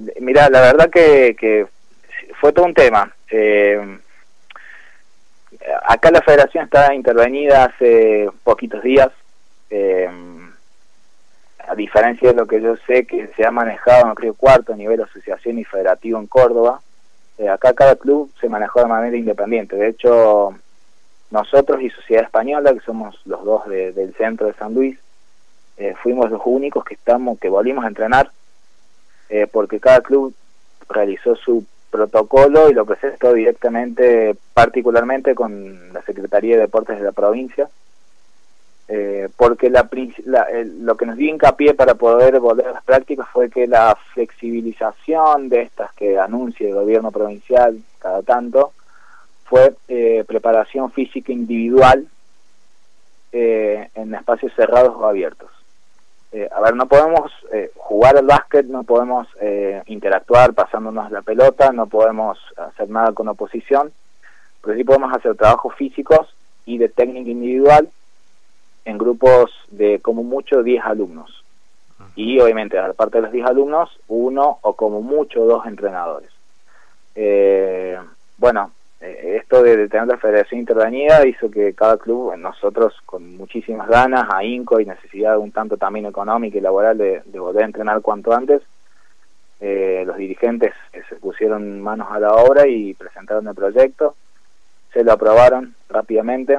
Mirá, la verdad que fue todo un tema. Acá la federación está intervenida hace poquitos días, a diferencia de lo que yo sé que se ha manejado en Río Cuarto a nivel asociación y federativo en Córdoba. Acá cada club se manejó de manera independiente. De hecho, nosotros y Sociedad Española, que somos los dos del centro de San Luis, fuimos los únicos que volvimos a entrenar, porque cada club realizó su protocolo y lo presentó directamente, particularmente con la Secretaría de Deportes de la provincia, porque lo que nos dio hincapié para poder volver a las prácticas fue que la flexibilización de estas que anuncia el gobierno provincial cada tanto fue preparación física individual en espacios cerrados o abiertos. No podemos jugar al básquet, no podemos interactuar pasándonos la pelota, no podemos hacer nada con oposición, pero sí podemos hacer trabajos físicos y de técnica individual en grupos de como mucho 10 alumnos. Y obviamente, aparte de los 10 alumnos, uno o como mucho 2 entrenadores. Esto de tener la federación intervenida hizo que cada club, nosotros con muchísimas ganas, ahínco y necesidad un tanto también económica y laboral de volver a entrenar cuanto antes, los dirigentes se pusieron manos a la obra y presentaron el proyecto, se lo aprobaron rápidamente,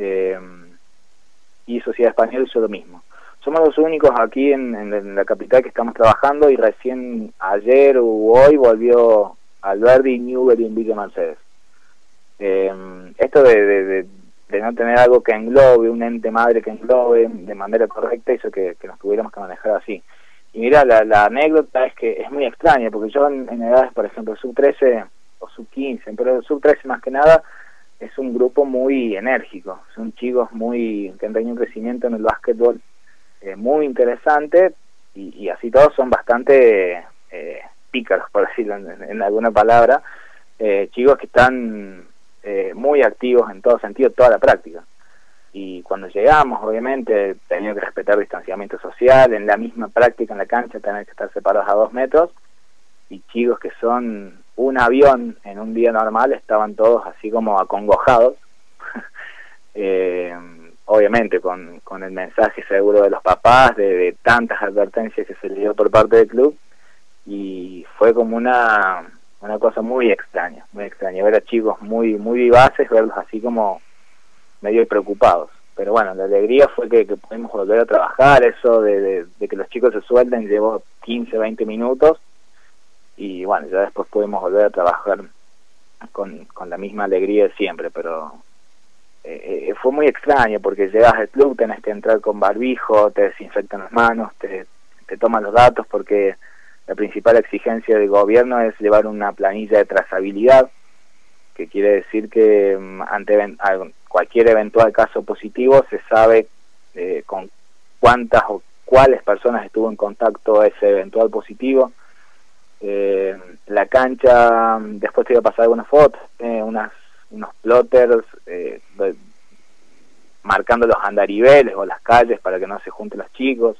y Sociedad Española hizo lo mismo. Somos los únicos aquí en la capital que estamos trabajando, y recién ayer o hoy volvió Alberdi, Newbery en Villa Mercedes. Esto de no tener algo que englobe, un ente madre que englobe de manera correcta, hizo que nos tuviéramos que manejar así. Y mira, la anécdota es que es muy extraña, porque yo en edades, por ejemplo, sub-13 o sub-15, pero sub-13 más que nada, es un grupo muy enérgico, son chicos que han tenido un crecimiento en el básquetbol muy interesante, y así todos son bastante pícaros, por decirlo en alguna palabra, chicos que están muy activos en todo sentido, toda la práctica. Y cuando llegamos, obviamente, teníamos que respetar distanciamiento social, en la misma práctica en la cancha tener que estar separados a 2 metros, y chicos que son un avión en un día normal estaban todos así como acongojados, obviamente con el mensaje seguro de los papás, de tantas advertencias que se le dio por parte del club, y fue como una cosa muy extraña, ver a chicos muy vivaces, verlos así como medio preocupados. Pero bueno, la alegría fue que pudimos volver a trabajar. Eso de que los chicos se suelten llevó 15, 20 minutos, y bueno, ya después pudimos volver a trabajar con la misma alegría de siempre. Pero fue muy extraño, porque llegas al club, tenés que entrar con barbijo, te desinfectan las manos, te toman los datos, porque la principal exigencia del gobierno es llevar una planilla de trazabilidad, que quiere decir que ante cualquier eventual caso positivo se sabe con cuántas o cuáles personas estuvo en contacto ese eventual positivo. La cancha, después te iba a pasar algunas fotos, unos plotters marcando los andariveles o las calles para que no se junten los chicos.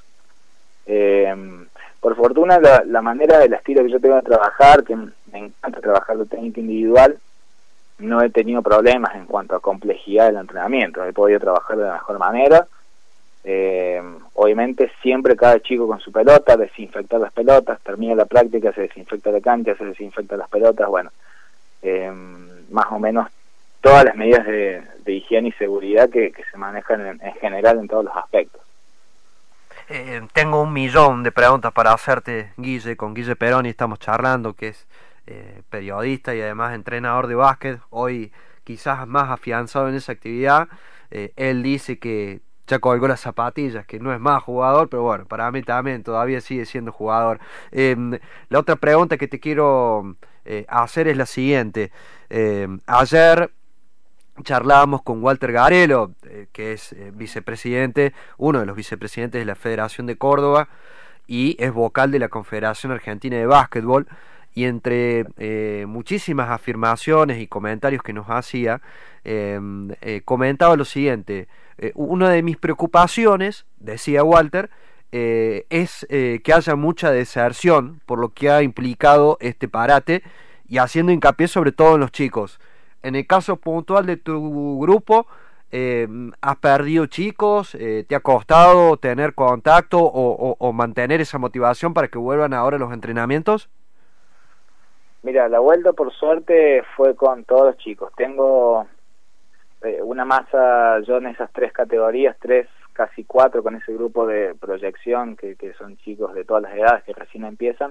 Por fortuna, la manera del estilo que yo tengo de trabajar, que me encanta trabajar de técnica individual, no he tenido problemas en cuanto a complejidad del entrenamiento, he podido trabajar de la mejor manera. Obviamente siempre cada chico con su pelota, desinfectar las pelotas, termina la práctica, se desinfecta la cancha, se desinfecta las pelotas, bueno, más o menos todas las medidas de higiene y seguridad que se manejan en general en todos los aspectos. Tengo 1.000.000 de preguntas para hacerte, Guille. Con Guille Peroni estamos charlando, que es periodista y además entrenador de básquet, hoy quizás más afianzado en esa actividad. Él dice que ya colgó las zapatillas, que no es más jugador, pero bueno, para mí también todavía sigue siendo jugador. La otra pregunta que te quiero hacer es la siguiente. Ayer charlábamos con Walter Garelo, que es vicepresidente, uno de los vicepresidentes de la Federación de Córdoba, y es vocal de la Confederación Argentina de Básquetbol, y entre muchísimas afirmaciones y comentarios que nos hacía, comentaba lo siguiente: una de mis preocupaciones, decía Walter, es que haya mucha deserción, por lo que ha implicado este parate, y haciendo hincapié sobre todo en los chicos. En el caso puntual de tu grupo, ¿has perdido chicos? ¿Te ha costado tener contacto o mantener esa motivación para que vuelvan ahora a los entrenamientos? Mira, la vuelta por suerte fue con todos los chicos. Tengo una masa, yo en esas tres categorías, tres, casi cuatro con ese grupo de proyección que son chicos de todas las edades que recién empiezan.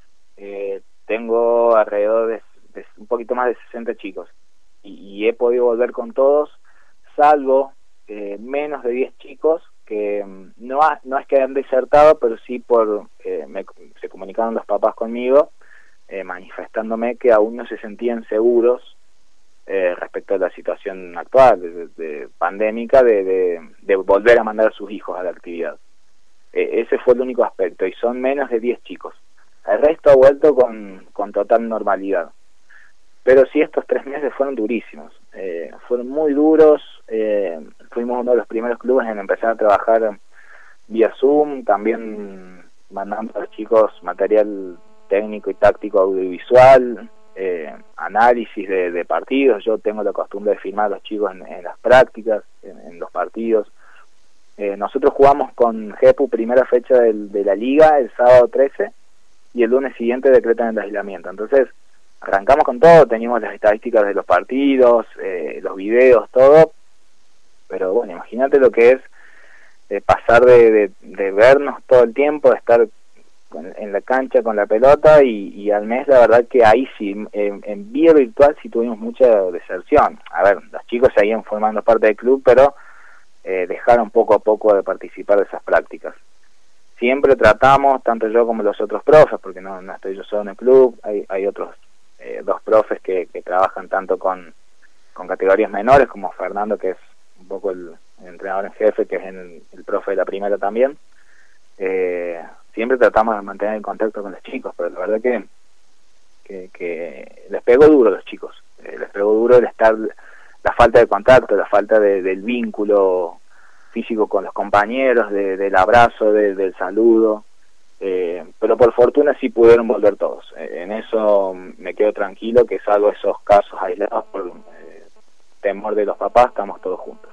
Tengo alrededor de un poquito más de 60 chicos y he podido volver con todos, salvo menos de 10 chicos que no es que han desertado, pero sí se comunicaron los papás conmigo manifestándome que aún no se sentían seguros respecto a la situación actual de pandémica de volver a mandar a sus hijos a la actividad. Ese fue el único aspecto, y son menos de 10 chicos. El resto ha vuelto con total normalidad. Pero sí, estos 3 meses fueron durísimos, fueron muy duros. Fuimos uno de los primeros clubes en empezar a trabajar vía Zoom, también mandando a los chicos material técnico y táctico audiovisual, análisis de partidos. Yo tengo la costumbre de filmar a los chicos en las prácticas, en los partidos. Nosotros jugamos con GEPU primera fecha de la liga el sábado 13 y el lunes siguiente decretan el aislamiento. Entonces arrancamos con todo, teníamos las estadísticas de los partidos, los videos, todo, pero bueno, imagínate lo que es pasar de vernos todo el tiempo, de estar en la cancha con la pelota, y al mes la verdad que ahí sí, en vía virtual sí tuvimos mucha deserción. A ver, los chicos seguían formando parte del club, pero dejaron poco a poco de participar de esas prácticas. Siempre tratamos, tanto yo como los otros profes, porque no estoy yo solo en el club, hay otros 2 profes que trabajan tanto con categorías menores, como Fernando, que es un poco el entrenador en jefe, que es el profe de la primera también. Siempre tratamos de mantener el contacto con los chicos, pero la verdad que les pegó duro a los chicos, les pegó duro la falta de contacto, la falta del vínculo físico con los compañeros, del abrazo, del saludo, pero por fortuna sí pudieron volver todos. En eso me quedo tranquilo, que salvo esos casos aislados por temor de los papás, estamos todos juntos.